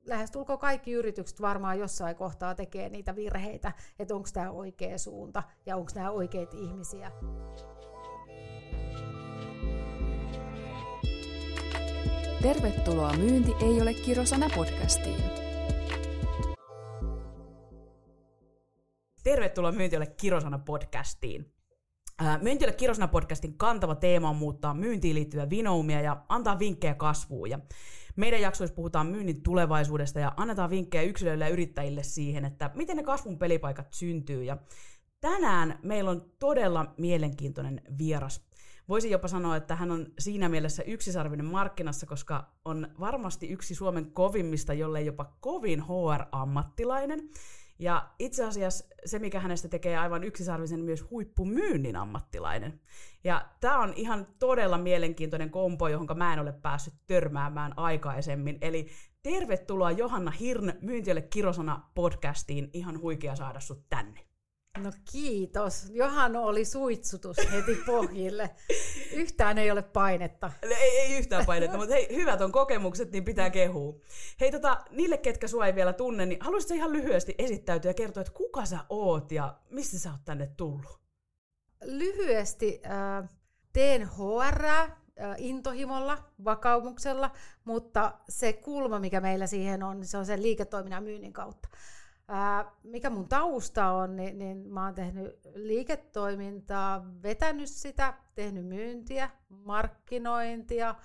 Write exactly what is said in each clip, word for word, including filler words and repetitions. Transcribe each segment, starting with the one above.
lähestulkoon kaikki yritykset varmaan jossain kohtaa tekee niitä virheitä, että onko tämä oikea suunta ja onko nämä oikeita ihmisiä. Tervetuloa Myynti ei ole kirosana podcastiin. Tervetuloa Myynti ei ole kirosana podcastiin. Myynti ei ole kirosana podcastin kantava teema on muuttaa myyntiin liittyviä vinoumia ja antaa vinkkejä kasvuun. Ja meidän jaksoissa puhutaan myynnin tulevaisuudesta ja annetaan vinkkejä yksilöille ja yrittäjille siihen, että miten ne kasvun pelipaikat syntyy. Ja tänään meillä on todella mielenkiintoinen vieras. Voisin jopa sanoa, että hän on siinä mielessä yksisarvinen markkinassa, koska on varmasti yksi Suomen kovimmista, jollei jopa kovin H R-ammattilainen. Ja itse asiassa se, mikä hänestä tekee aivan yksisarvisen myös huippumyynnin ammattilainen. Ja tämä on ihan todella mielenkiintoinen kompo, johon mä en ole päässyt törmäämään aikaisemmin. Eli tervetuloa Johanna Hirn Myynti ei ole kirosana podcastiin. Ihan huikea saada sut tänne. No kiitos. Johanna oli suitsutus heti pohjille. Yhtään ei ole painetta. Ei, ei yhtään painetta, mutta hei, hyvät on kokemukset, niin pitää kehua. Hei, tota, niille, ketkä sua ei vielä tunne, niin haluaisitko ihan lyhyesti esittäytyä ja kertoa, että kuka sä oot ja mistä sä oot tänne tullut? Lyhyesti äh, teen H R äh, intohimolla, vakaumuksella, mutta se kulma, mikä meillä siihen on, se on sen liiketoiminnan myynnin kautta. Ää, mikä mun tausta on, niin, niin mä oon tehnyt liiketoimintaa, vetänyt sitä, tehnyt myyntiä, markkinointia,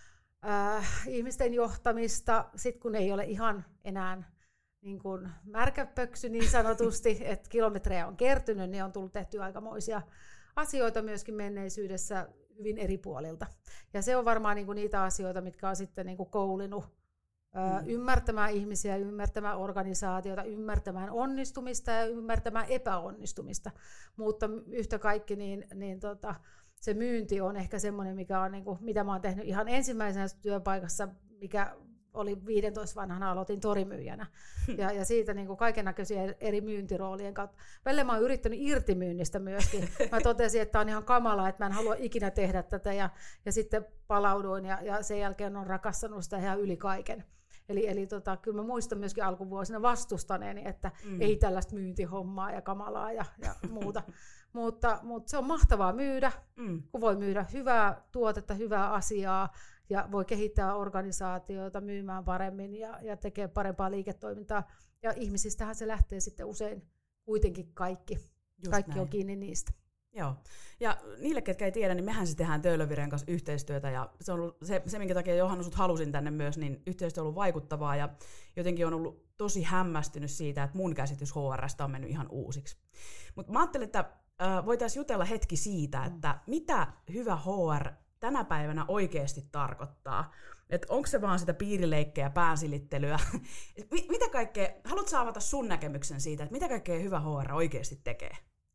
ää, ihmisten johtamista, sit kun ei ole ihan enää niin kuin märkäpöksy niin sanotusti, että kilometrejä on kertynyt, niin on tullut tehty aikamoisia asioita myöskin menneisyydessä hyvin eri puolilta. Ja se on varmaan niin kuin niitä asioita, mitkä on sitten niin kuin koulinut Mm. ymmärtämään ihmisiä, ymmärtämään organisaatiota, ymmärtämään onnistumista ja ymmärtämään epäonnistumista. Mutta yhtä kaikki niin, niin tota, se myynti on ehkä semmoinen, mikä on, niin kuin, mitä mä oon tehnyt ihan ensimmäisenä työpaikassa, mikä oli viisitoista vanhana, aloitin torimyyjänä. Ja, ja siitä niin kuin kaikennäköisiä eri myyntiroolien kautta. Välillä mä oon yrittänyt irtimyynnistä myöskin. Mä totesin, että on ihan kamalaa, että mä en halua ikinä tehdä tätä. Ja, ja sitten palauduin ja, ja sen jälkeen on rakastanut sitä ihan yli kaiken. Eli, eli tota, kyllä mä muistan myöskin alkuvuosina vastustaneeni, että mm. ei tällaista myyntihommaa ja kamalaa ja, ja muuta. mutta, mutta se on mahtavaa myydä, mm. kun voi myydä hyvää tuotetta, hyvää asiaa ja voi kehittää organisaatioita myymään paremmin ja, ja tekee parempaa liiketoimintaa. Ja ihmisistähän se lähtee sitten usein kuitenkin kaikki. Just kaikki näin. On kiinni niistä. Joo. Ja niille, ketkä ei tiedä, niin mehän se tehdään Töölöviren kanssa yhteistyötä, ja se on ollut se, se minkä takia Johanna sut halusin tänne myös, niin yhteistyö on ollut vaikuttavaa, ja jotenkin on ollut tosi hämmästynyt siitä, että mun käsitys H R:stä on mennyt ihan uusiksi. Mutta mä ajattelin, että äh, voitaisiin jutella hetki siitä, että mitä hyvä H R tänä päivänä oikeasti tarkoittaa. Että onko se vaan sitä piirileikkejä ja päänsilittelyä? Mitä kaikkea, haluatko avata sun näkemyksen siitä, että mitä kaikkea hyvä H R oikeasti tekee?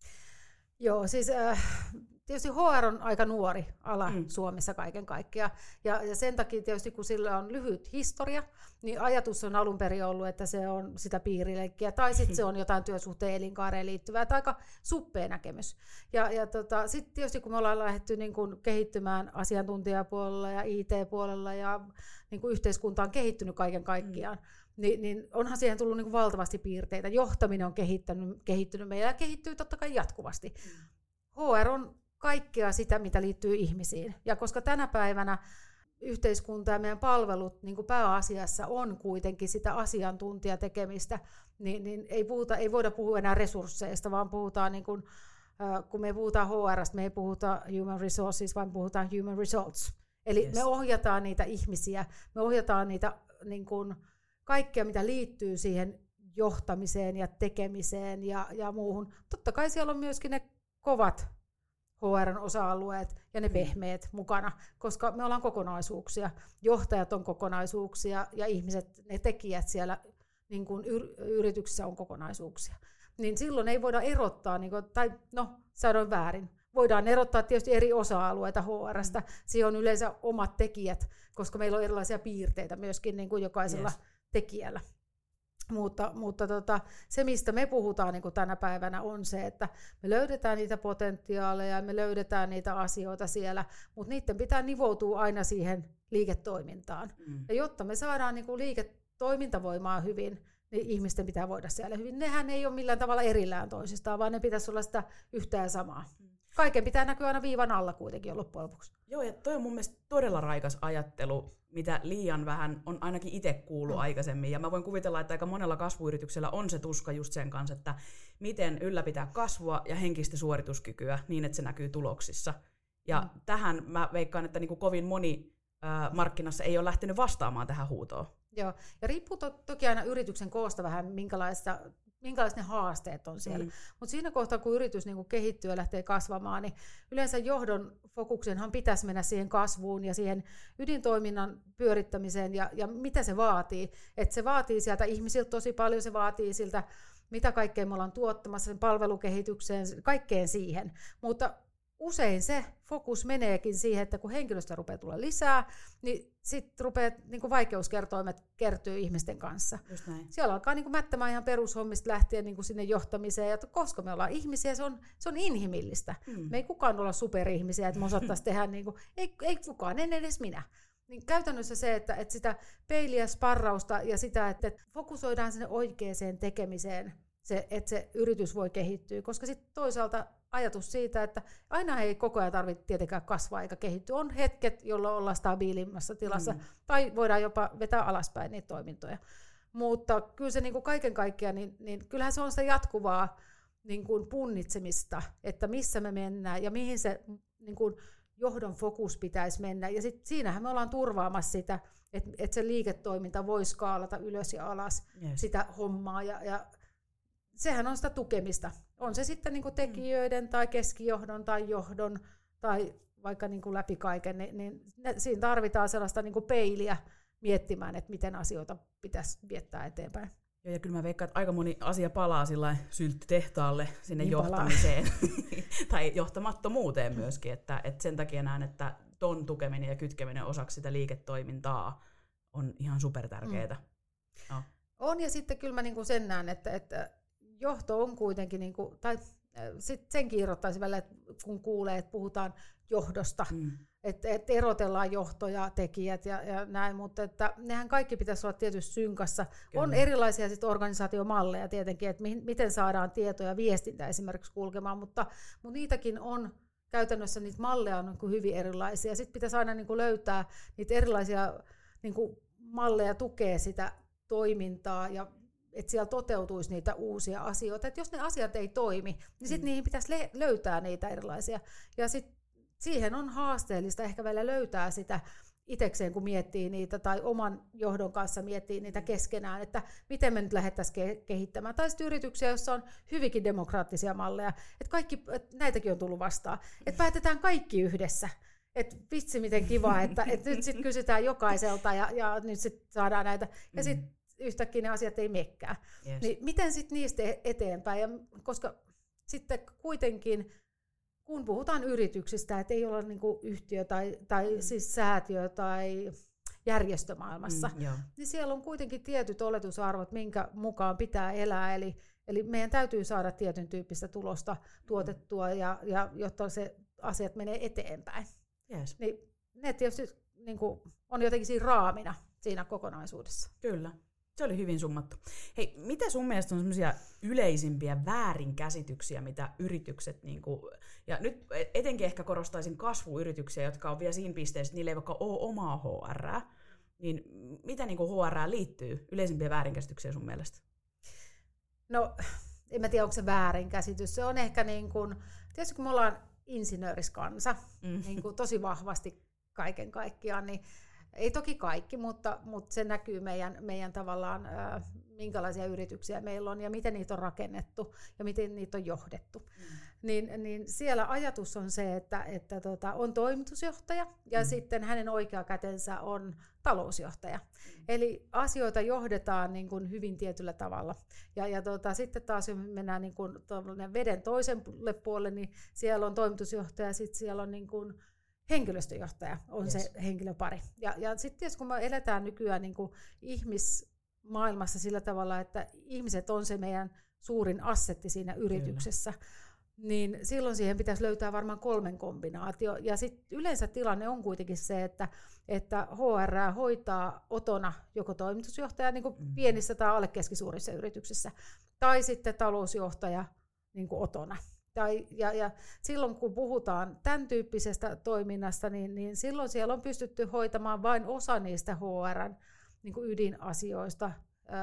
Joo, siis äh, tietysti H R on aika nuori ala mm. Suomessa kaiken kaikkiaan. Ja, ja sen takia tietysti, kun sillä on lyhyt historia, niin ajatus on alun perin ollut, että se on sitä piirileikkiä, tai sitten se on jotain työsuhteen elinkaareen liittyvää, tai aika suppea näkemys. Ja, ja tota, sitten tietysti, kun me ollaan lähdetty niin kun kehittymään asiantuntijapuolella ja I T-puolella, ja niin kun yhteiskunta on kehittynyt kaiken kaikkiaan, mm. Niin, niin onhan siihen tullut niin kuin valtavasti piirteitä. Johtaminen on kehittynyt, kehittynyt meillä ja kehittyy totta kai jatkuvasti. Mm. H R on kaikkea sitä, mitä liittyy ihmisiin. Ja koska tänä päivänä yhteiskunta ja meidän palvelut niin kuin pääasiassa on kuitenkin sitä asiantuntijatekemistä, niin, niin ei, puhuta, ei voida puhua enää resursseista, vaan puhutaan, niin kuin, kun me puhutaan H R:stä, me ei puhuta human resources, vaan puhutaan human results. Eli yes. me ohjataan niitä ihmisiä, me ohjataan niitä niin kuin, kaikkea, mitä liittyy siihen johtamiseen ja tekemiseen ja, ja muuhun. Totta kai siellä on myöskin ne kovat H R:n osa-alueet ja ne pehmeät mukana, koska me ollaan kokonaisuuksia. Johtajat on kokonaisuuksia ja ihmiset, ne tekijät siellä niin kuin yrityksissä on kokonaisuuksia. Niin silloin ei voida erottaa, niin kuin, tai no, sanoin väärin, voidaan erottaa tietysti eri osa-alueita H R:stä. Siinä on yleensä omat tekijät, koska meillä on erilaisia piirteitä myöskin niin kuin jokaisella yes. tekijällä. Mutta, mutta tota, se, mistä me puhutaan niin kuin tänä päivänä, on se, että me löydetään niitä potentiaaleja ja me löydetään niitä asioita siellä, mutta niiden pitää nivoutua aina siihen liiketoimintaan. Mm. Ja jotta me saadaan niin kuin liiketoimintaan toimintavoimaa hyvin, niin ihmisten pitää voida siellä hyvin. Nehän ei ole millään tavalla erillään toisistaan, vaan ne pitäisi olla sitä yhtä ja samaa. Kaiken pitää näkyä aina viivan alla kuitenkin jo loppujen lopuksi. Joo, ja toi on mun mielestä todella raikas ajattelu, mitä liian vähän on ainakin itse kuullut mm. aikaisemmin. Ja mä voin kuvitella, että aika monella kasvuyrityksellä on se tuska just sen kanssa, että miten ylläpitää kasvua ja henkistä suorituskykyä niin, että se näkyy tuloksissa. Ja mm. tähän mä veikkaan, että niin kuin kovin moni äh, markkinassa ei ole lähtenyt vastaamaan tähän huutoon. Joo, ja riippuu to- toki aina yrityksen koosta vähän, minkälaista, minkälaiset ne haasteet on siellä. Mm. Mutta siinä kohtaa, kun yritys niin kun kehittyy ja lähtee kasvamaan, niin yleensä johdon fokuksenhan pitäisi mennä siihen kasvuun ja siihen ydintoiminnan pyörittämiseen ja, ja mitä se vaatii. Että se vaatii sieltä ihmisiltä tosi paljon, se vaatii siltä, mitä kaikkea me ollaan tuottamassa, sen palvelukehitykseen, kaikkeen siihen. Mutta usein se fokus meneekin siihen, että kun henkilöstä rupeaa tulla lisää, niin sitten rupeaa niin vaikeuskertoimet kertyy ihmisten kanssa. Just näin. Siellä alkaa niin mättämään ihan perushommista lähtien niin sinne johtamiseen, ja koska me ollaan ihmisiä, se on, se on inhimillistä. Mm. Me ei kukaan olla superihmisiä, että me osattaisiin tehdä, niin kuin, ei, ei kukaan, en edes minä. Niin käytännössä se, että, että sitä peiliä, sparrausta ja sitä, että fokusoidaan sinne oikeaan tekemiseen, se, että se yritys voi kehittyä, koska sitten toisaalta ajatus siitä, että aina ei koko ajan tarvitse tietenkään kasvaa eikä kehittyä. On hetket, jolloin ollaan stabiilimmassa tilassa, mm. tai voidaan jopa vetää alaspäin niitä toimintoja. Mutta kyllä se niin kuin kaiken kaikkiaan, niin, niin kyllähän se on sitä jatkuvaa niin kuin punnitsemista, että missä me mennään ja mihin se niin kuin johdon fokus pitäisi mennä. Ja sit siinähän me ollaan turvaamassa sitä, että, että se liiketoiminta voi skaalata ylös ja alas yes. sitä hommaa ja, ja sehän on sitä tukemista. On se sitten niin kuin tekijöiden tai keskijohdon tai johdon tai vaikka niin kuin läpi kaiken, niin, niin ne, siinä tarvitaan sellaista niin kuin peiliä miettimään, että miten asioita pitäisi viettää eteenpäin. Joo, ja kyllä mä veikkaan, että aika moni asia palaa sillä sylttytehtaalle sinne niin johtamiseen tai johtamattomuuteen myöskin, että, että sen takia näen, että ton tukeminen ja kytkeminen osaksi sitä liiketoimintaa on ihan supertärkeää. Mm. No. On, ja sitten kyllä mä niin kuin sen näen, että, että johto on kuitenkin, niin kuin, tai sit senkin irrottaisi välillä, kun kuulee, että puhutaan johdosta, mm. että et erotellaan johto ja tekijät ja, ja näin, mutta että nehän kaikki pitäisi olla tietysti synkassa. Kyllä. On erilaisia sit organisaatiomalleja tietenkin, että mi- miten saadaan tietoja ja viestintä esimerkiksi kulkemaan, mutta, mutta niitäkin on käytännössä, niitä malleja on niin kuin hyvin erilaisia. Sitten pitäisi aina niin kuin löytää niitä erilaisia niin kuin malleja tukea sitä toimintaa ja että siellä toteutuisi niitä uusia asioita. Että jos ne asiat ei toimi, niin sitten mm. niihin pitäisi le- löytää niitä erilaisia. Ja sitten siihen on haasteellista ehkä vielä löytää sitä itsekseen, kun miettii niitä, tai oman johdon kanssa miettii niitä keskenään, että miten me nyt lähdettäisiin ke- kehittämään. Tai sitten yrityksiä, joissa on hyvinkin demokraattisia malleja. Että kaikki, että näitäkin on tullut vastaan. Että päätetään kaikki yhdessä. Että vitsi miten kiva, että, että nyt sitten kysytään jokaiselta ja, ja nyt sitten saadaan näitä. Ja sitten yhtäkkiä ne asiat ei mekkää. Yes. Niin miten sitten niistä eteenpäin? Ja koska sitten kuitenkin, kun puhutaan yrityksistä, että ei olla niinku yhtiö tai, tai mm. siis säätiö tai järjestömaailmassa, mm, niin siellä on kuitenkin tietyt oletusarvot, minkä mukaan pitää elää. Eli, eli meidän täytyy saada tietyn tyyppistä tulosta tuotettua, ja, ja jotta se asiat menee eteenpäin. Yes. Niin ne tietysti niin kuin, on jotenkin siinä raamina siinä kokonaisuudessa. Kyllä. Se oli hyvin summattu. Hei, mitä sun mielestä on semmoisia yleisimpiä väärinkäsityksiä, mitä yritykset, niin kuin, ja nyt etenkin ehkä korostaisin kasvuyrityksiä, jotka on vielä siinä pisteessä, että niillä ei vaikka ole omaa H R:ää, niin mitä niin kuin H R:ään liittyy yleisimpiä väärinkäsityksiä sun mielestä? No, en mä tiedä, onko se väärinkäsitys. Se on ehkä niin kuin, tietysti kun me ollaan insinööriskansa, mm. niin kuin tosi vahvasti kaiken kaikkiaan, niin ei toki kaikki, mutta, mutta se näkyy meidän, meidän tavallaan, ää, minkälaisia yrityksiä meillä on ja miten niitä on rakennettu ja miten niitä on johdettu. Mm. Niin, niin siellä ajatus on se, että, että tota, on toimitusjohtaja ja mm. sitten hänen oikea kätensä on talousjohtaja. Mm. Eli asioita johdetaan niin kuin hyvin tietyllä tavalla. Ja, ja tota, sitten taas jos mennään niin kuin veden toiselle puolelle, niin siellä on toimitusjohtaja ja sitten siellä on niin kuin henkilöstöjohtaja on yes. se henkilöpari. Ja, ja sitten tietysti kun me eletään nykyään niin kuin ihmismaailmassa sillä tavalla, että ihmiset on se meidän suurin assetti siinä yrityksessä. Kyllä. niin silloin siihen pitäisi löytää varmaan kolmen kombinaatio. Ja sitten yleensä tilanne on kuitenkin se, että, että H R hoitaa otona joko toimitusjohtaja niin kuin mm. pienissä tai alle keskisuurissa yrityksissä, tai sitten talousjohtaja niin kuin otona. Tai, ja, ja silloin kun puhutaan tämän tyyppisestä toiminnasta, niin, niin silloin siellä on pystytty hoitamaan vain osa niistä H R:n niin kuin ydinasioista.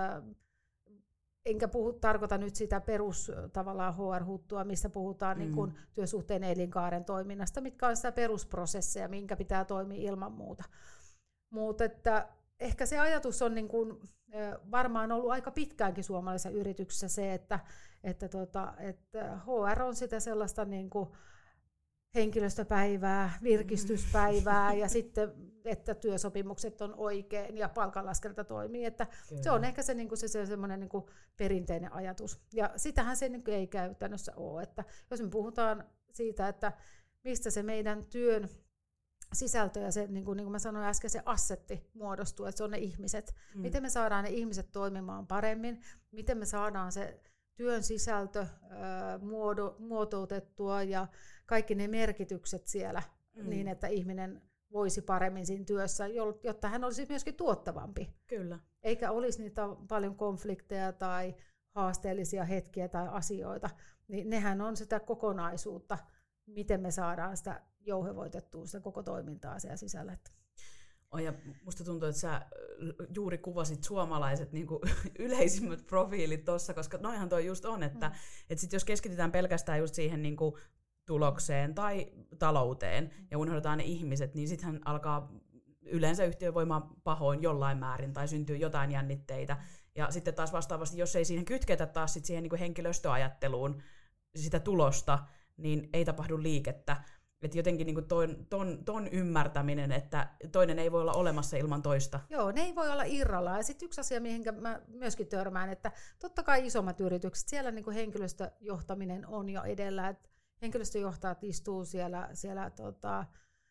Enkä puhu, tarkoita nyt sitä perus tavallaan H R-huttua, missä puhutaan mm. niin kuin työsuhteen elinkaaren toiminnasta, mitkä on sitä perusprosesseja, minkä pitää toimia ilman muuta. Mutta että ehkä se ajatus on niin kuin, varmaan ollut aika pitkäänkin suomalaisessa yrityksessä se, että, että, tota, että H R on sitä sellaista niin kuin henkilöstöpäivää, virkistyspäivää ja sitten, että työsopimukset on oikein ja palkanlaskenta toimii. Että se on ehkä se, niin kuin se, se semmoinen niin kuin perinteinen ajatus. Ja sitähän se niin kuin ei käytännössä ole. Että jos me puhutaan siitä, että mistä se meidän työn sisältö ja se, niin kuin, niin kuin mä sanoin äsken, se assetti muodostuu, että se on ne ihmiset. Mm. Miten me saadaan ne ihmiset toimimaan paremmin, miten me saadaan se työn sisältö ää, muodo, muotoutettua ja kaikki ne merkitykset siellä mm. niin, että ihminen voisi paremmin siinä työssä, jotta hän olisi myöskin tuottavampi. Kyllä. Eikä olisi niitä paljon konflikteja tai haasteellisia hetkiä tai asioita, niin nehän on sitä kokonaisuutta, miten me saadaan sitä jouhevoitettua sitä koko toimintaa siellä sisällä. Oh, ja musta tuntuu, että sä juuri kuvasit suomalaiset niin kuin yleisimmät profiilit tuossa, koska noihan toi just on, että mm. et sit jos keskitytään pelkästään just siihen niin kuin tulokseen tai talouteen ja unohdetaan ne ihmiset, niin sittenhän alkaa yleensä yhtiövoimaa pahoin jollain määrin tai syntyy jotain jännitteitä. Ja sitten taas vastaavasti, jos ei siihen kytketä taas sit siihen niin kuin henkilöstöajatteluun sitä tulosta, niin ei tapahdu liikettä. Että jotenkin niin kuin ton, ton, ton ymmärtäminen, että toinen ei voi olla olemassa ilman toista. Joo, ne ei voi olla irrallaan. Ja sitten yksi asia, mihin mä myöskin törmään, että totta kai isommat yritykset, siellä niin kuin henkilöstöjohtaminen on jo edellä. Että henkilöstöjohtajat istuu siellä, siellä tota,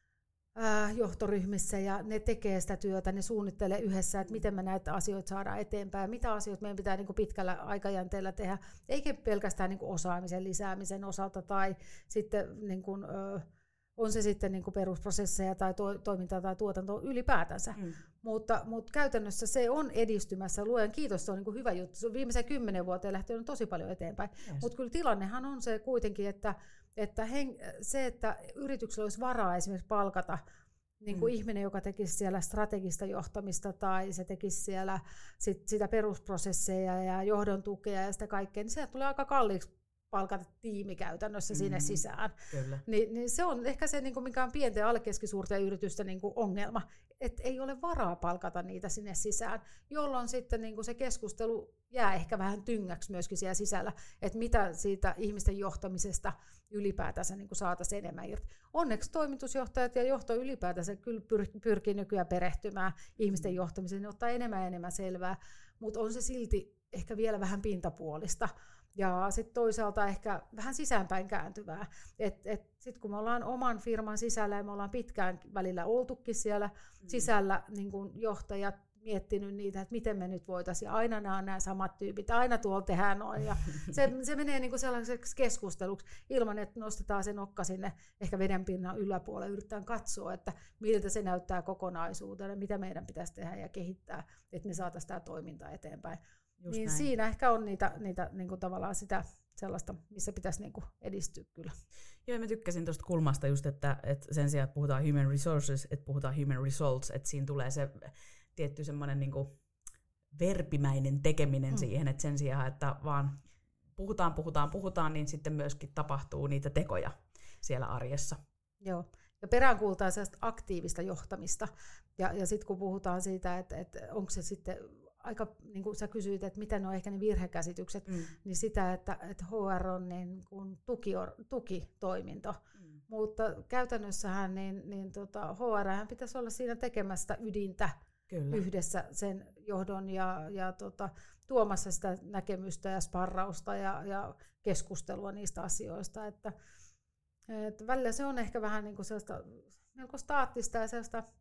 äh, johtoryhmissä ja ne tekee sitä työtä, ne suunnittelee yhdessä, että miten me näitä asioita saadaan eteenpäin ja mitä asioita meidän pitää niin kuin pitkällä aikajänteellä tehdä. Eikä pelkästään niin kuin osaamisen lisäämisen osalta tai sitten niin kuin, äh, on se sitten niin kuin perusprosesseja tai to, toimintaa tai tuotantoa ylipäätänsä. Mm. Mutta, mutta käytännössä se on edistymässä. Luojan kiitos, se on niin kuin hyvä juttu. Se on viimeisen kymmenen vuoteen lähtenyt tosi paljon eteenpäin. Yes. Mutta kyllä tilannehan on se kuitenkin, että, että hen, se, että yrityksellä olisi varaa esimerkiksi palkata niin kuin mm. ihminen, joka tekisi siellä strategista johtamista tai se tekisi siellä sit, sitä perusprosesseja ja johdon tukea ja sitä kaikkea, niin se tulee aika kalliiksi palkata tiimi käytännössä mm-hmm. sinne sisään. Ni, niin se on ehkä se, niin kuin mikä on pienten ja allekeskisuurten yritysten niin kuin ongelma, että ei ole varaa palkata niitä sinne sisään, jolloin sitten niin kuin se keskustelu jää ehkä vähän tyngäksi myöskin siellä sisällä, että mitä siitä ihmisten johtamisesta ylipäätänsä niin kuin saataisiin enemmän irti. Onneksi toimitusjohtajat ja johto ylipäätänsä kyllä pyr- pyrkii nykyään perehtymään ihmisten johtamiseen, ne ottaa enemmän ja enemmän selvää, mutta on se silti ehkä vielä vähän pintapuolista. Ja sitten toisaalta ehkä vähän sisäänpäin kääntyvää. Et, et sitten kun me ollaan oman firman sisällä ja me ollaan pitkään välillä oltukin siellä mm. sisällä, niin kun johtajat miettinyt niitä, että miten me nyt voitaisiin. Ja aina nämä on nämä samat tyypit, aina tuolla tehdään noin. Ja se, se menee niin kuin sellaiseksi keskusteluksi ilman, että nostetaan se nokka sinne ehkä vedenpinnan yläpuolelle. Yritetään katsoa, että miltä se näyttää kokonaisuutena, mitä meidän pitäisi tehdä ja kehittää, että me saataisiin tämä toiminta eteenpäin. Just niin näin. Siinä ehkä on niitä, niitä niin kuin tavallaan sitä sellaista, missä pitäisi niin kuin edistyä kyllä. Joo, mä tykkäsin tuosta kulmasta just, että, että sen sijaan, että puhutaan human resources, että puhutaan human results, että siinä tulee se tietty semmoinen niin kuin verpimäinen tekeminen mm. siihen, että sen sijaan, että vaan puhutaan, puhutaan, puhutaan, niin sitten myöskin tapahtuu niitä tekoja siellä arjessa. Joo, ja peräänkuultaan sellaista aktiivista johtamista, ja, ja sitten kun puhutaan siitä, että, että onko se sitten aika, niin kuin sä kysyit, että mitä ne on ehkä ne virhekäsitykset, mm. niin sitä, että, että H R on niin kuin tuki, tukitoiminto. Mm. Mutta käytännössähän niin, niin tota, H R pitäisi olla siinä tekemästä ydintä Kyllä. yhdessä sen johdon ja, ja tota, tuomassa sitä näkemystä ja sparrausta ja, ja keskustelua niistä asioista. Että, että välillä se on ehkä vähän niin kuin sellaista melko staattista ja sellaista, että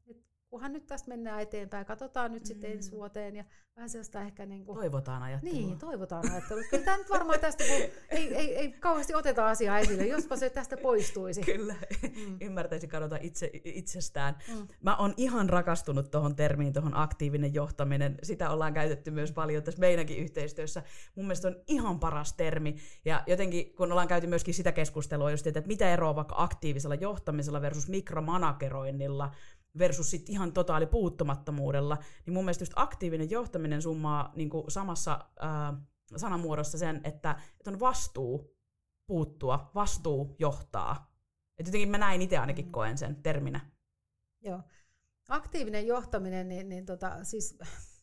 kunhan nyt tästä mennään eteenpäin, katsotaan nyt mm. sitten ensi vuoteen ja vähän sellaista ehkä niin kuin... Toivotaan ajattelua. Niin, toivotaan ajattelua. Kyllä tämä nyt varmaan tästä, kun ei, ei, ei kauheasti oteta asiaa esille, jospa se tästä poistuisi. Kyllä, mm. ymmärtäisi kadota itse, itsestään. Mm. Mä oon ihan rakastunut tuohon termiin, tuohon aktiivinen johtaminen. Sitä ollaan käytetty myös paljon tässä meidänkin yhteistyössä. Mun mielestä on ihan paras termi. Ja jotenkin, kun ollaan käyty myöskin sitä keskustelua, just, että mitä eroa vaikka aktiivisella johtamisella versus mikromanageroinnilla, versus sit ihan totaali puuttumattomuudella, niin mun mielestä just aktiivinen johtaminen summaa niin kuin samassa ää, sanamuodossa sen, että, että on vastuu puuttua, vastuu johtaa. Et jotenkin mä näin itse ainakin koen sen terminä. Joo. Aktiivinen johtaminen, niin, niin tota, siis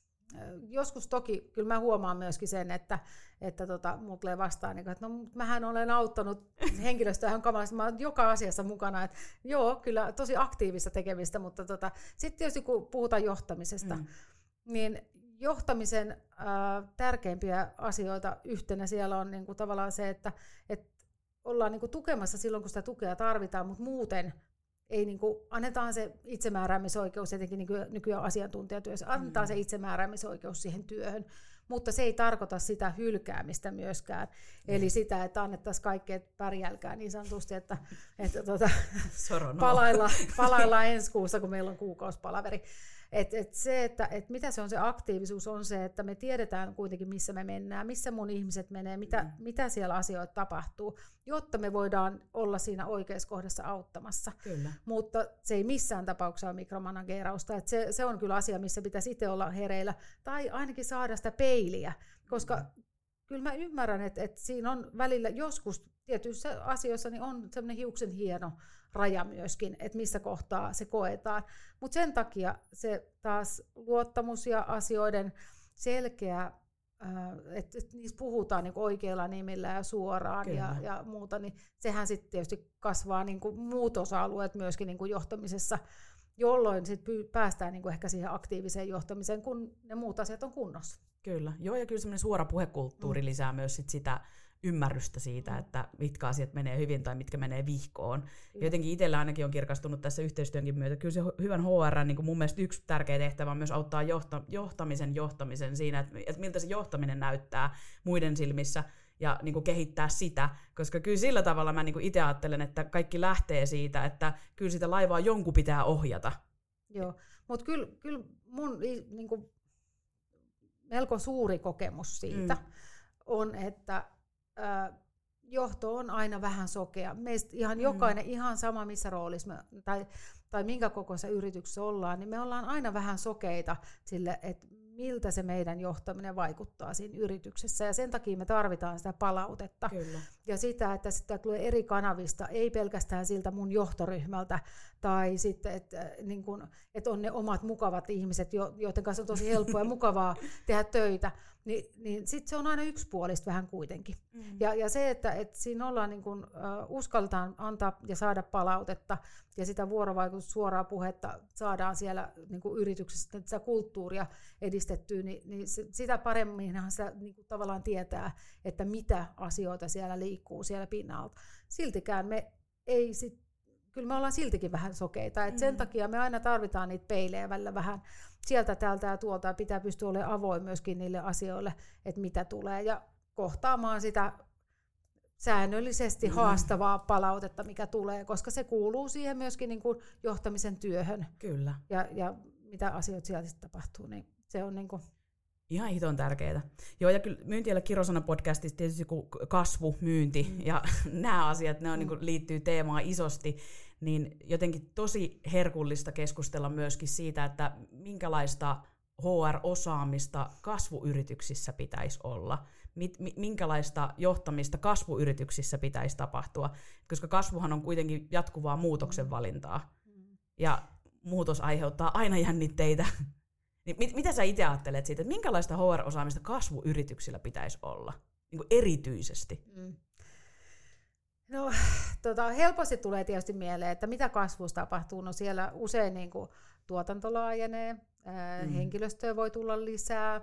joskus toki, kyllä mä huomaan myöskin sen, että, että tota, mulla tulee vastaan, että no mähän olen auttanut henkilöstöä ihan kamalasti, mä olen joka asiassa mukana, että joo, kyllä tosi aktiivista tekemistä, mutta tota, sitten tietysti kun puhutaan johtamisesta, mm. niin johtamisen äh, tärkeimpiä asioita yhtenä siellä on niin kuin tavallaan se, että, että ollaan niin kuin tukemassa silloin, kun sitä tukea tarvitaan, mutta muuten ei niin kuin, annetaan se itsemääräämisoikeus, etenkin niin kuin nykyään asiantuntijatyössä, annetaan mm. se itsemääräämisoikeus siihen työhön, mutta se ei tarkoita sitä hylkäämistä myöskään. Mm. Eli sitä, että annettaisiin kaikkea pärjälkää niin sanotusti, että, että tuota, palailla, palaillaan ensi kuussa, kun meillä on kuukausipalaveri. Et, et se, että et mitä se on se aktiivisuus, on se, että me tiedetään kuitenkin, missä me mennään, missä mun ihmiset menee, mitä, mm. mitä siellä asioita tapahtuu, jotta me voidaan olla siinä oikeassa kohdassa auttamassa. Kyllä. Mutta se ei missään tapauksessa ole mikromanageerausta. Et se, se on kyllä asia, missä pitäisi itse olla hereillä, tai ainakin saada sitä peiliä, koska mm. kyllä mä ymmärrän, että, että siinä on välillä joskus tietyissä asioissa niin on semmoinen hiuksen hieno raja myöskin, että missä kohtaa se koetaan. Mutta sen takia se taas luottamus ja asioiden selkeä, että niistä puhutaan niin oikeilla nimillä ja suoraan ja, ja muuta, niin sehän sitten tietysti kasvaa niin kuin muut osa-alueet myöskin niin kuin johtamisessa, jolloin sit päästään niin kuin ehkä siihen aktiiviseen johtamiseen, kun ne muut asiat on kunnossa. Kyllä, joo, ja kyllä semmoinen suora puhekulttuuri mm. lisää myös sit sitä ymmärrystä siitä, mm. että mitkä asiat menee hyvin tai mitkä menee vihkoon. Mm. Jotenkin itsellä ainakin on kirkastunut tässä yhteistyönkin myötä. Kyllä se hyvän H R, niin kuin mun mielestä yksi tärkeä tehtävä on myös auttaa johta, johtamisen johtamisen siinä, että, että miltä se johtaminen näyttää muiden silmissä ja niin kuin kehittää sitä, koska kyllä sillä tavalla mä niin kuin itse ajattelen, että kaikki lähtee siitä, että kyllä sitä laivaa jonkun pitää ohjata. Joo, mutta kyllä, kyllä mun niin kuin melko suuri kokemus siitä mm. on, että johto on aina vähän sokea. Meistä ihan jokainen, mm. ihan sama missä roolissa me, tai, tai minkä kokoisessa yrityksessä ollaan, niin me ollaan aina vähän sokeita sille, että miltä se meidän johtaminen vaikuttaa siinä yrityksessä. Ja sen takia me tarvitaan sitä palautetta. Kyllä. Ja sitä, että sitä tulee eri kanavista, ei pelkästään siltä mun johtoryhmältä, tai sitten, että, niin kun, että on ne omat mukavat ihmiset, joiden kanssa on tosi helppoa ja mukavaa tehdä töitä, niin, niin sitten se on aina yksipuolista vähän kuitenkin. Mm. Ja, ja se, että, että siinä ollaan niin kun, uh, uskaltaan antaa ja saada palautetta, ja sitä vuorovaikutusta, suoraa puhetta saadaan siellä niin kun yrityksessä, että sitä kulttuuria edistettyä, niin, niin sitä paremminhan sitä niin kun tavallaan tietää, että mitä asioita siellä liikkuu siellä pinnalta. Siltikään me ei sit, kyllä me ollaan siltikin vähän sokeita, että mm. sen takia me aina tarvitaan niitä peilejä välillä vähän sieltä, täältä ja tuolta, ja pitää pystyä olemaan avoin myöskin niille asioille, että mitä tulee, ja kohtaamaan sitä säännöllisesti mm. haastavaa palautetta, mikä tulee, koska se kuuluu siihen myöskin niin kuin johtamisen työhön. Kyllä. Ja, ja mitä asioita siellä sitten tapahtuu, niin se on niin kuin ihan hiton tärkeää. Joo, ja kyllä Myyntiellä Kirosana podcastissa tietysti kun kasvu, myynti mm. ja nämä asiat, ne on, mm. niin kuin, liittyy teemaan isosti, niin jotenkin tosi herkullista keskustella myöskin siitä, että minkälaista H R-osaamista kasvuyrityksissä pitäisi olla, minkälaista johtamista kasvuyrityksissä pitäisi tapahtua, koska kasvuhan on kuitenkin jatkuvaa muutoksen valintaa, ja muutos aiheuttaa aina jännitteitä. Niin mit, mitä sä itse ajattelet siitä, että minkälaista H R-osaamista kasvuyrityksillä pitäisi olla, niin kuin erityisesti? Mm. No, tota, helposti tulee tietysti mieleen, että mitä kasvussa tapahtuu. No siellä usein niin kuin tuotanto laajenee, ää, mm. henkilöstöä voi tulla lisää,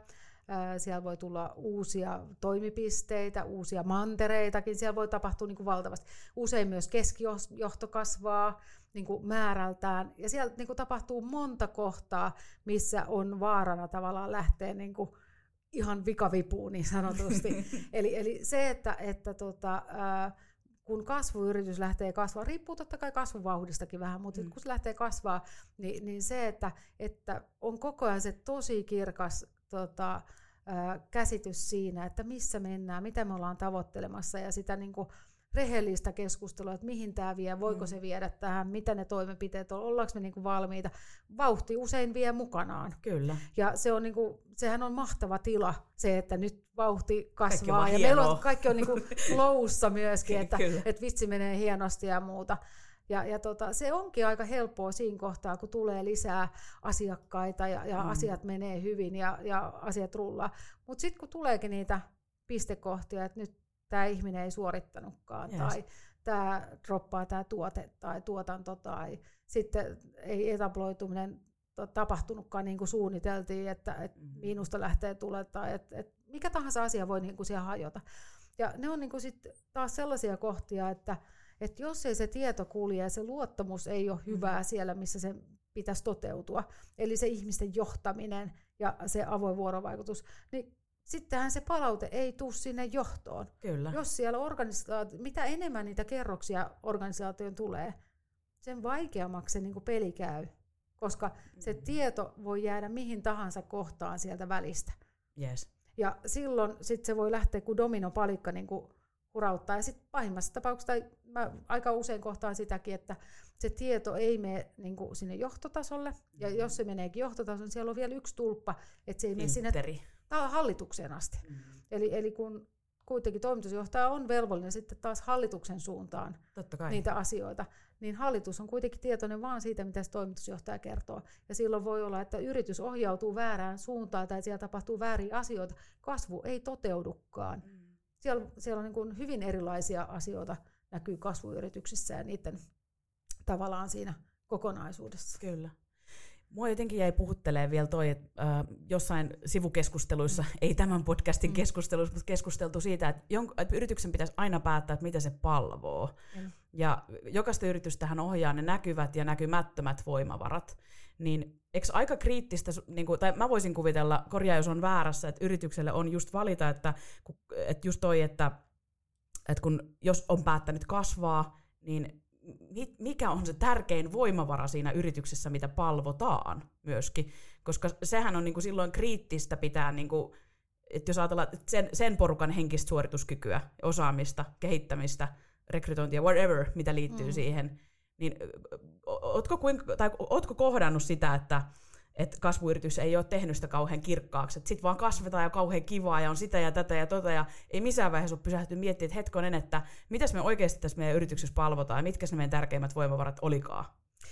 Siellä voi tulla uusia toimipisteitä, uusia mantereitakin, siellä voi tapahtua niin kuin valtavasti. Usein myös keskijohto kasvaa niin kuin määrältään, ja siellä niin kuin tapahtuu monta kohtaa, missä on vaarana tavallaan lähteä niin kuin ihan vikavipuun niin sanotusti. eli, eli se, että, että tota, ää, kun kasvuyritys lähtee kasvaa, riippuu totta kai kasvuvauhdistakin vähän, mutta mm. kun se lähtee kasvaa, niin, niin se, että, että on koko ajan se tosi kirkas tota, ää, käsitys siinä, että missä mennään, mitä me ollaan tavoittelemassa, ja sitä niin kuin rehellistä keskustelua, että mihin tämä vie, voiko mm. se viedä tähän, mitä ne toimenpiteet on, ollaanko me niinku valmiita. Vauhti usein vie mukanaan. Kyllä. Ja se on niinku, sehän on mahtava tila, se, että nyt vauhti kasvaa. Ja meillä on, kaikki on niinku flowssa myöskin, että et vitsi menee hienosti ja muuta. Ja, ja tota, se onkin aika helppoa siinä kohtaa, kun tulee lisää asiakkaita ja, ja mm. asiat menee hyvin ja, ja asiat rullaa. Mutta sitten kun tuleekin niitä pistekohtia, että nyt tämä ihminen ei suorittanutkaan, yes. tai tämä droppaa tämä tuote tai tuotanto, tai sitten ei etabloituminen tapahtunutkaan niin kuin suunniteltiin, että, että miinusta lähtee tulee, tai että, että mikä tahansa asia voi niin kuin siellä hajota. Ja ne on niin kuin sit taas sellaisia kohtia, että, että jos ei se tieto kulje ja se luottamus ei ole hyvää mm. siellä, missä se pitäisi toteutua, eli se ihmisten johtaminen ja se avoin vuorovaikutus, niin sittenhän se palaute ei tule sinne johtoon. Kyllä. Jos siellä organisaatio, mitä enemmän niitä kerroksia organisaatioon tulee, sen vaikeammaksi se niin kuin peli käy, koska mm. se tieto voi jäädä mihin tahansa kohtaan sieltä välistä. Yes. Ja silloin sit se voi lähteä kuin dominopalikka niin kuin hurauttaa. Ja sitten pahimmassa tapauksessa, tai mä aika usein kohtaan sitäkin, että se tieto ei mene niin kuin sinne johtotasolle, ja mm. jos se meneekin johtotasolle, niin siellä on vielä yksi tulppa, että se ei mene sinne hallitukseen asti. Mm. Eli, eli kun kuitenkin toimitusjohtaja on velvollinen sitten taas hallituksen suuntaan niitä asioita, niin hallitus on kuitenkin tietoinen vaan siitä, mitä se toimitusjohtaja kertoo. Ja silloin voi olla, että yritys ohjautuu väärään suuntaan tai siellä tapahtuu vääriä asioita. Kasvu ei toteudukaan. Mm. Siellä, siellä on niin kuin hyvin erilaisia asioita näkyy kasvuyrityksissä ja niiden tavallaan siinä kokonaisuudessa. Kyllä. Mua jotenkin jäi puhuttelemaan vielä toi, että äh, jossain sivukeskusteluissa, mm. ei tämän podcastin mm. keskusteluissa, mutta keskusteltu siitä, että, jonk- että yrityksen pitäisi aina päättää, että mitä se palvoo. Mm. Ja jokaista yritystähän ohjaa ne näkyvät ja näkymättömät voimavarat. Niin eikö aika kriittistä, niin kuin, tai mä voisin kuvitella, korjaa jos on väärässä, että yritykselle on just valita, että, että just toi, että, että kun, jos on päättänyt kasvaa, niin mikä on se tärkein voimavara siinä yrityksessä, mitä palvotaan myöskin, koska sehän on niinku silloin kriittistä pitää, niinku, että jos ajatellaan sen, sen porukan henkistä suorituskykyä, osaamista, kehittämistä, rekrytointia, whatever, mitä liittyy mm. siihen, niin ootko, kuinka, tai ootko kohdannut sitä, että että kasvuyritys ei ole tehnyt sitä kauhean kirkkaaksi, että sitten vaan kasvetaan ja kauhean kivaa ja on sitä ja tätä ja tota ja ei missään vaiheessa ole pysähtynyt miettimään, että hetkonen, että mitäs me oikeasti tässä meidän yrityksessä palvotaan ja mitkä ne meidän tärkeimmät voimavarat olikaan?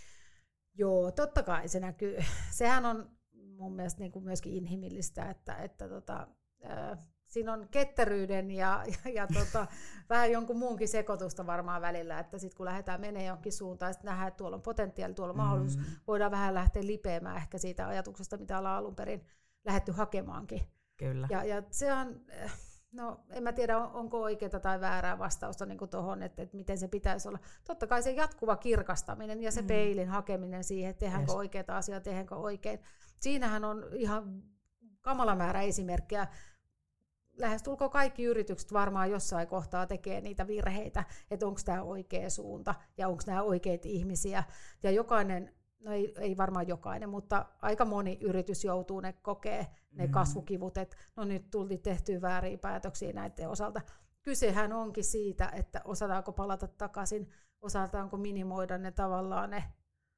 Joo, totta kai se näkyy. Sehän on mun mielestä niin kuin myöskin inhimillistä, että, että tota, äh, siinä on ketteryyden ja, ja, ja tota, vähän jonkun muunkin sekoitusta varmaan välillä, että sitten kun lähdetään menee jonkin suuntaan, sitten nähdään, että tuolla on potentiaali, tuolla on mm. mahdollisuus, voidaan vähän lähteä lipeämään ehkä siitä ajatuksesta, mitä ollaan alun perin lähdetty hakemaankin. Kyllä. Ja, ja se on, no en mä tiedä, onko oikeaa tai väärää vastausta niin kuin tuohon, että, että miten se pitäisi olla. Totta kai se jatkuva kirkastaminen ja se mm. peilin hakeminen siihen, että tehdäänkö yes. oikeita asioita, tehdäänkö oikein. Siinähän on ihan kamala määrä esimerkkejä. Lähestulkoon kaikki yritykset varmaan jossain kohtaa tekee niitä virheitä, että onko tämä oikea suunta ja onko nämä oikeita ihmisiä. Ja jokainen, no ei, ei varmaan jokainen, mutta aika moni yritys joutuu ne kokee ne mm. kasvukivut, että no nyt tultiin tehtyä vääriä päätöksiä näiden osalta. Kysehän onkin siitä, että osataanko palata takaisin, osataanko minimoida ne tavallaan ne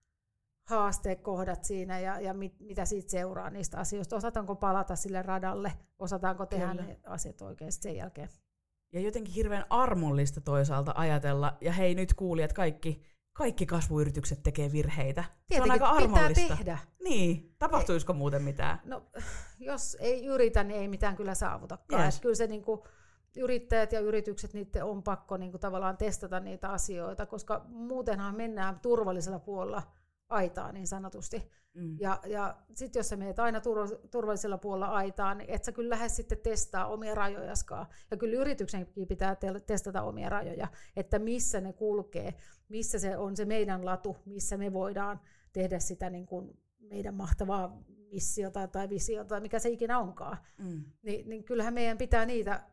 haastekohdat siinä ja, ja mit, mitä siitä seuraa niistä asioista. Osataanko palata sille radalle, osataanko tehdä Kyllä. ne asiat oikein sen jälkeen. Ja jotenkin hirveän armollista toisaalta ajatella, ja hei nyt kuulijat, kaikki, kaikki kasvuyritykset tekee virheitä. Tietenkin, se on aika armollista. Pitää tehdä. Niin, tapahtuisiko ei, muuten mitään? No, jos ei yritä, niin ei mitään kyllä saavutakaan. Yes. Kyllä se niin kuin, yrittäjät ja yritykset, niiden on pakko niin kuin, tavallaan testata niitä asioita, koska muutenhan mennään turvallisella puolella aitaa niin sanotusti. Mm. Ja, ja sitten jos sä menet aina turvallisella puolella aitaa, niin et sä kyllä lähde sitten testaa omia rajojaskaan. Ja kyllä yrityksenkin pitää te- testata omia rajoja, että missä ne kulkee, missä se on se meidän latu, missä me voidaan tehdä sitä niin kuin meidän mahtavaa missiota tai visiota, tai mikä se ikinä onkaan. Mm. Ni, niin kyllähän meidän pitää niitä,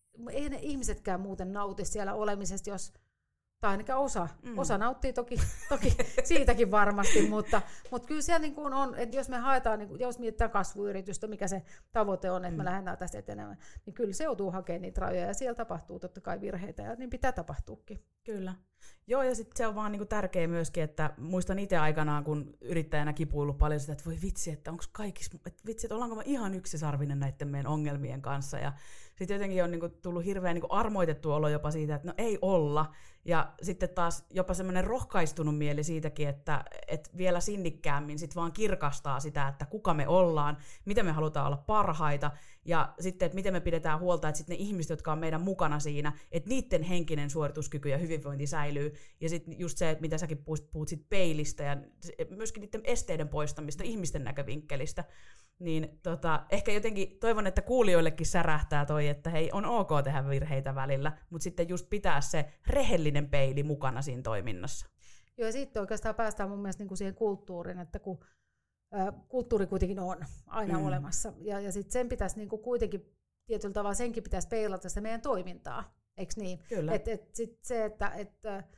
ei ne ihmisetkään muuten nauti siellä olemisesta, jos tai ainakaan osa. Mm. Osa nauttii toki, toki siitäkin varmasti, mutta, mutta kyllä siellä niin kuin on, että jos me haetaan, niin kuin, jos mietitään kasvuyritystä, mikä se tavoite on, että mm. me lähdetään tästä etenemään, niin kyllä se joutuu hakemaan niitä rajoja ja siellä tapahtuu totta kai virheitä ja niin pitää tapahtuukin. Kyllä. Joo, ja sitten se on vaan niinku tärkeä myöskin, että muistan itse aikanaan, kun yrittäjänä kipuillut paljon sitä, että voi vitsi, että onko kaikissa, että vitsi, että ollaanko mä ihan yksisarvinen näiden meidän ongelmien kanssa. Ja sitten jotenkin on niinku tullut hirveän niinku armoitettu olo jopa siitä, että no ei olla. Ja sitten taas jopa semmoinen rohkaistunut mieli siitäkin, että, että vielä sinnikkäämmin sit vaan kirkastaa sitä, että kuka me ollaan, miten me halutaan olla parhaita, ja sitten, että miten me pidetään huolta, että sitten ne ihmiset, jotka on meidän mukana siinä, että niiden henkinen suorituskyky ja hyvinvointi säilyy. Ja sitten just se, että mitä säkin puhut, puhut sit peilistä ja myöskin niiden esteiden poistamista ihmisten näkövinkkelistä. Niin tota, ehkä jotenkin toivon, että kuulijoillekin särähtää toi, että hei, on ok tehdä virheitä välillä, mutta sitten just pitää se rehellinen peili mukana siinä toiminnassa. Joo, ja sitten oikeastaan päästään mun mielestä niinku siihen kulttuuriin, että kun ä, kulttuuri kuitenkin on aina mm. olemassa, ja, ja sitten sen pitäisi niinku kuitenkin tietyllä tavalla senkin pitäisi peilata sitä meidän toimintaa, eikö niin? Kyllä. Et, et sit se, että et,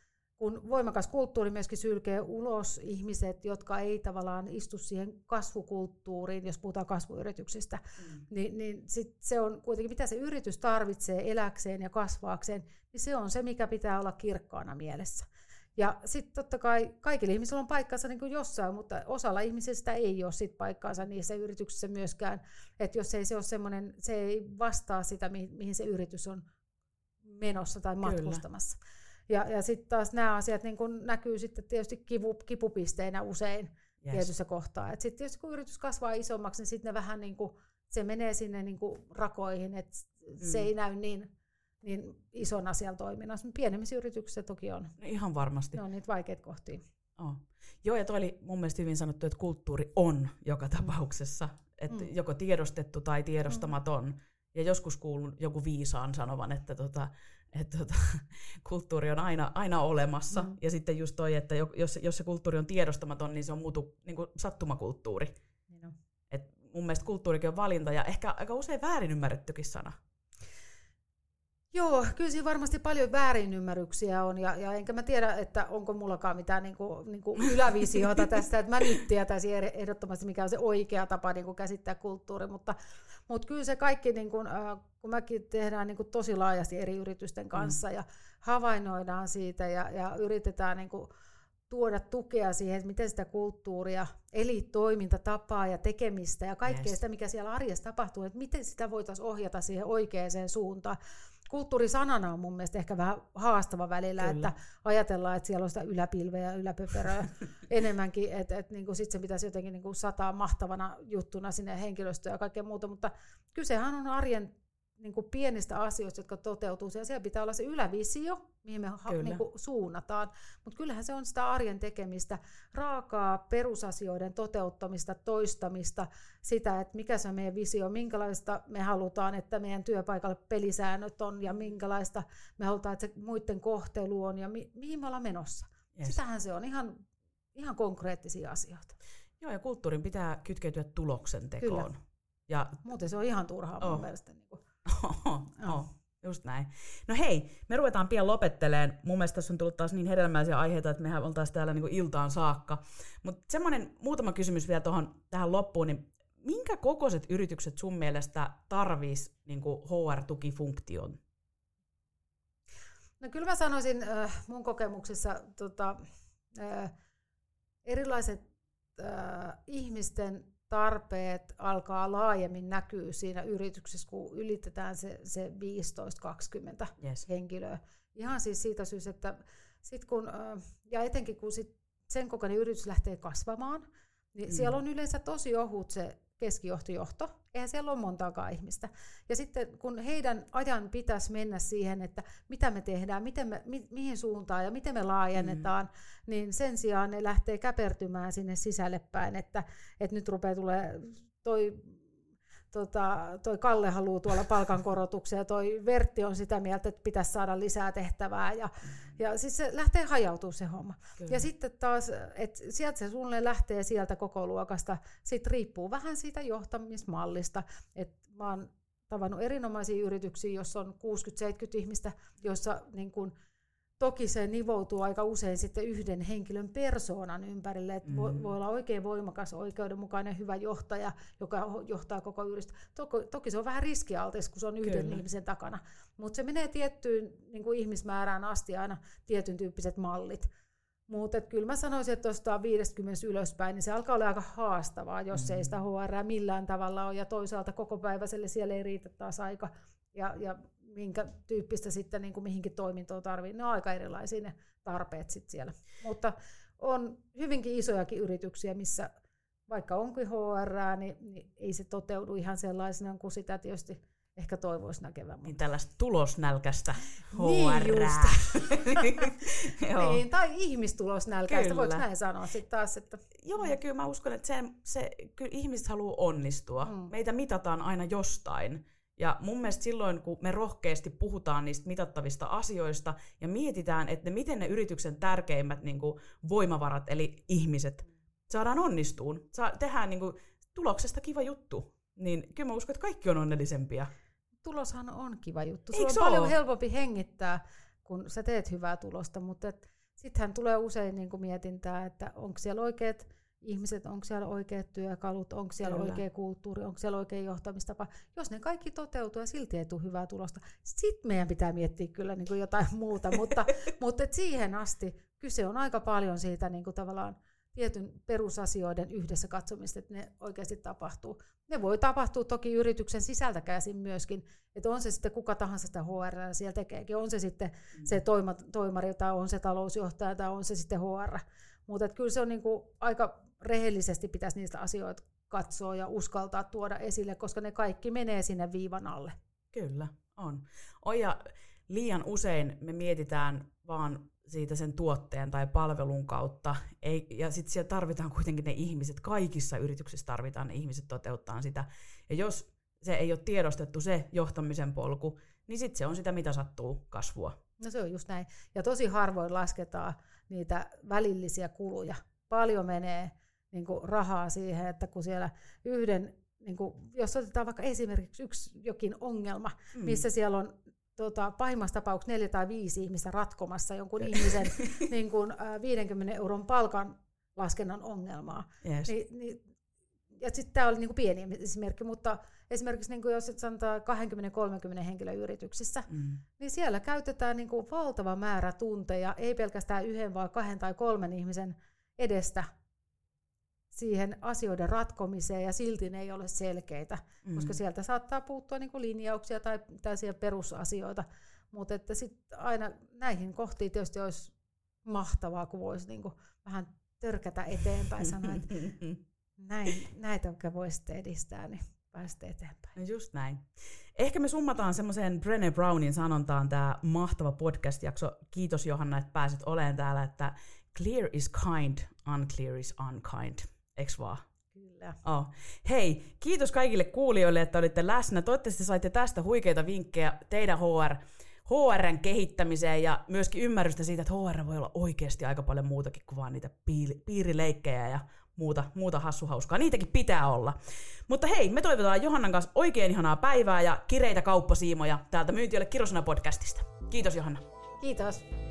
kun voimakas kulttuuri myöskin sylkee ulos ihmiset, jotka ei tavallaan istu siihen kasvukulttuuriin, jos puhutaan kasvuyrityksistä, mm. niin, niin sit se on kuitenkin, mitä se yritys tarvitsee eläkseen ja kasvaakseen, niin se on se, mikä pitää olla kirkkaana mielessä. Ja sitten totta kai kaikilla ihmisillä on paikkansa niin kuin jossain, mutta osalla ihmisistä ei ole sit paikkaansa niissä yrityksissä myöskään, että jos ei se ole semmoinen, se ei vastaa sitä, mihin se yritys on menossa tai matkustamassa. Kyllä. Ja, ja sitten taas nämä asiat niin kun näkyy sitten tietysti kipu, kipupisteinä usein yes. tietyssä kohtaa. Sitten tietysti kun yritys kasvaa isommaksi, niin sitten ne vähän niin kuin, se menee sinne niin kuin rakoihin, että mm. se ei näy niin, niin isona siellä toiminnassa. Pienemmissä yrityksissä toki on. No ihan varmasti. Ne on niitä vaikeita kohtia. Oh. Joo, ja toi oli mun mielestä hyvin sanottu, että kulttuuri on joka tapauksessa. Että mm. joko tiedostettu tai tiedostamaton. Mm. Ja joskus kuulun joku viisaan sanovan, että tota, että tota, kulttuuri on aina, aina olemassa. Mm. Ja sitten just toi, että jos, jos se kulttuuri on tiedostamaton, niin se on muutu niin kuin sattumakulttuuri. Niin on. Et mun mielestä kulttuurikin on valinta ja ehkä aika usein väärin ymmärrettykin sana. Joo, kyllä siinä varmasti paljon väärinymmärryksiä on, ja, ja enkä mä tiedä, että onko mullakaan mitään niinku, niinku ylävisiota tästä, että mä nyt tietäisin ehdottomasti, mikä on se oikea tapa niinku käsittää kulttuuri, mutta, mutta kyllä se kaikki, niinku, kun mäkin tehdään niinku tosi laajasti eri yritysten kanssa mm. ja havainnoidaan siitä ja, ja yritetään niinku tuoda tukea siihen, että miten sitä kulttuuria, eli toimintatapaa ja tekemistä ja kaikkea yes. sitä, mikä siellä arjessa tapahtuu, että miten sitä voitaisiin ohjata siihen oikeaan suuntaan. Kulttuurisanana on mun mielestä ehkä vähän haastava välillä, Kyllä. että ajatellaan, että siellä on sitä yläpilveä ja yläpöperöä enemmänkin, että et, niin sitten se pitäisi jotenkin niin sataa mahtavana juttuna sinne henkilöstöön ja kaikkea muuta, mutta kysehän on arjen niin kuin pienistä asioista, jotka toteutuu. Siellä pitää olla se ylävisio, mihin me ha- niin kuin suunnataan. Mutta kyllähän se on sitä arjen tekemistä, raakaa perusasioiden toteuttamista, toistamista, sitä, että mikä se on meidän visio, minkälaista me halutaan, että meidän työpaikalle pelisäännöt on ja minkälaista me halutaan, että se muiden kohtelu on ja mi- mihin me ollaan menossa. Yes. Sitähän se on ihan, ihan konkreettisia asioita. Joo, ja kulttuurin pitää kytkeytyä tuloksen tekoon. Kyllä. Ja muuten se on ihan turhaa oh. mun mielestä. Niin kuin. Oh, oh, just näin. No hei, me ruvetaan pian lopetteleen. Mun mielestä tässä on tullut taas niin hedelmällisiä aiheita, että mehän oltaisiin täällä niinku iltaan saakka. Mutta semmoinen muutama kysymys vielä tohon, tähän loppuun, niin minkä kokoiset yritykset sun mielestä tarvitsisi niinku H R-tukifunktion? No kyllä mä sanoisin äh, mun kokemuksessa tota, äh, erilaiset äh, ihmisten tarpeet alkaa laajemmin näkyä siinä yrityksessä, kun ylitetään se, se viisitoista kaksikymmentä yes. henkilöä. Ihan siis siitä syystä, että sit kun, ja etenkin kun sit sen kokoinen yritys lähtee kasvamaan, niin mm. siellä on yleensä tosi ohut se keskijohtojohto, eihän siellä ole montaakaan ihmistä. Ja sitten kun heidän ajan pitäisi mennä siihen, että mitä me tehdään, miten me, mi, mihin suuntaan ja miten me laajennetaan, mm. niin sen sijaan ne lähtee käpertymään sinne sisälle päin, että, että nyt rupeaa tulee toi... Tota, toi Kalle haluaa tuolla palkankorotuksia ja toi Vertti on sitä mieltä, että pitäisi saada lisää tehtävää ja, mm. ja siis se lähtee hajautumaan se homma. Kyllä. Ja sitten taas, että sieltä se suunnilleen lähtee sieltä koko luokasta, sitten riippuu vähän siitä johtamismallista, että mä oon tavannut erinomaisia yrityksiä, jossa on kuusikymmentä seitsemänkymmentä ihmistä, joissa niin kun, toki se nivoutuu aika usein sitten yhden henkilön persoonan ympärille, että mm-hmm. voi olla oikein voimakas, oikeudenmukainen, hyvä johtaja, joka johtaa koko yritystä. Toki, toki se on vähän riskialtis, kun se on yhden Kyllä. ihmisen takana, mutta se menee tiettyyn niin kuin ihmismäärään asti aina tietyn tyyppiset mallit. Mutta kyllä mä sanoisin, että tuosta viisikymmentä ylöspäin, niin se alkaa olla aika haastavaa, jos mm-hmm. ei sitä H R millään tavalla ole, ja toisaalta kokopäiväiselle siellä ei riitä taas aika, ja, ja minkä tyyppistä sitten niin kuin mihinkin toimintoon tarvii. Ne on aika erilaisia ne tarpeet sitten siellä. Mutta on hyvinkin isojakin yrityksiä, missä vaikka onkin H R, niin, niin ei se toteudu ihan sellaisena kuin sitä tietysti ehkä toivoisi näkevän. Niin tällaista tulosnälkäistä H R. Niin niin, tai ihmistulosnälkäistä, voiko näin sanoa sitten taas? Että... Joo, ja kyllä mä uskon, että se, se, kyllä ihmiset haluaa onnistua. Mm. Meitä mitataan aina jostain. Ja mun mielestä silloin, kun me rohkeasti puhutaan niistä mitattavista asioista ja mietitään, että ne, miten ne yrityksen tärkeimmät niin kuin voimavarat, eli ihmiset, saadaan onnistuun, saa, tehdään niin kuin tuloksesta kiva juttu, niin kyllä mä uskon, että kaikki on onnellisempia. Tuloshan on kiva juttu. Sulla on paljon ole? helpompi hengittää, kun sä teet hyvää tulosta, mutta sittenhän tulee usein niin kuin mietintää, että onko siellä oikeat ihmiset, onko siellä oikeat työkalut, onko siellä Kyllä. oikea kulttuuri, onko siellä oikea johtamistapa. Jos ne kaikki toteutuu ja silti ei tule hyvää tulosta, sitten meidän pitää miettiä kyllä niin kuin jotain muuta, mutta, mutta et siihen asti kyse on aika paljon siitä niin kuin tavallaan tietyn perusasioiden yhdessä katsomista, että ne oikeasti tapahtuu. Ne voi tapahtua toki yrityksen sisältä käsin myöskin, että on se sitten kuka tahansa sitä H R siellä tekeekin, on se sitten mm. se toima, toimari tai on se talousjohtaja tai on se sitten H R, mutta kyllä se on niin kuin aika rehellisesti pitäisi niistä asioita katsoa ja uskaltaa tuoda esille, koska ne kaikki menee sinne viivan alle. Kyllä, on. on ja liian usein me mietitään vaan siitä sen tuotteen tai palvelun kautta, ei, ja sitten siellä tarvitaan kuitenkin ne ihmiset, kaikissa yrityksissä tarvitaan ne ihmiset toteuttaa sitä, ja jos se ei ole tiedostettu se johtamisen polku, niin sitten se on sitä, mitä sattuu kasvua. No se on just näin, ja tosi harvoin lasketaan niitä välillisiä kuluja. Paljon menee niin kuin rahaa siihen, että kun siellä yhden, niin kuin, jos otetaan vaikka esimerkiksi yksi jokin ongelma, mm. missä siellä on Tota, pahimmassa tapauksessa neljä tai viisi ihmistä ratkomassa jonkun ihmisen niin kuin, äh, viidenkymmenen euron palkan laskennan ongelmaa. Yes. Ni, ni, ja sitten tämä oli niin kuin pieni esimerkki, mutta esimerkiksi niin kuin jos sanotaan kaksikymmentä kolmekymmentä henkilön yrityksissä, mm. niin siellä käytetään niin kuin valtava määrä tunteja, ei pelkästään yhden, vaan kahden tai kolmen ihmisen edestä siihen asioiden ratkomiseen, ja silti ne ei ole selkeitä, mm. koska sieltä saattaa puuttua niin kuin linjauksia tai tällaisia perusasioita, mutta että sitten aina näihin kohtiin tietysti olisi mahtavaa, kun voisi niin kuin vähän törkätä eteenpäin, sanoa, että näin, näitä, jotka voisitte edistää, niin päästä eteenpäin. No just näin. Ehkä me summataan semmoiseen Brené Brownin sanontaan tämä mahtava podcast-jakso. Kiitos Johanna, että pääsit olemaan täällä, että clear is kind, unclear is unkind. Eiks vaan? Kyllä. Oh. Hei, kiitos kaikille kuulijoille, että olitte läsnä. Toivottavasti saitte tästä huikeita vinkkejä teidän H R, H R:n kehittämiseen ja myöskin ymmärrystä siitä, että H R voi olla oikeasti aika paljon muutakin kuin vaan niitä piirileikkejä ja muuta, muuta hassuhauskaa. Niitäkin pitää olla. Mutta hei, me toivotaan Johannan kanssa oikein ihanaa päivää ja kireitä kauppasiimoja täältä Myynti ei ole kirosana podcastista. Kiitos Johanna. Kiitos.